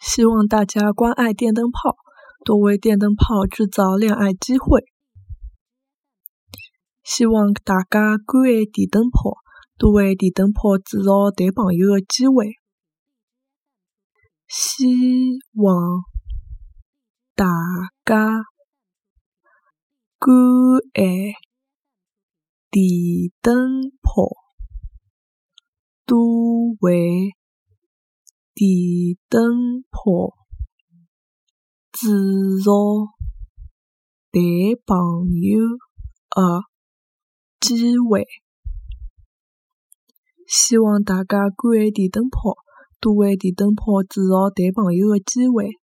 希望大家关爱电灯泡，多为电灯泡制造恋爱机会。希望大家关爱电灯泡，多为电灯泡制造谈朋友的机会。希望大家关爱电灯泡，多为电灯泡制造谈朋友的机会。希望大家关爱电灯泡，多为电灯泡制造谈朋友的机会。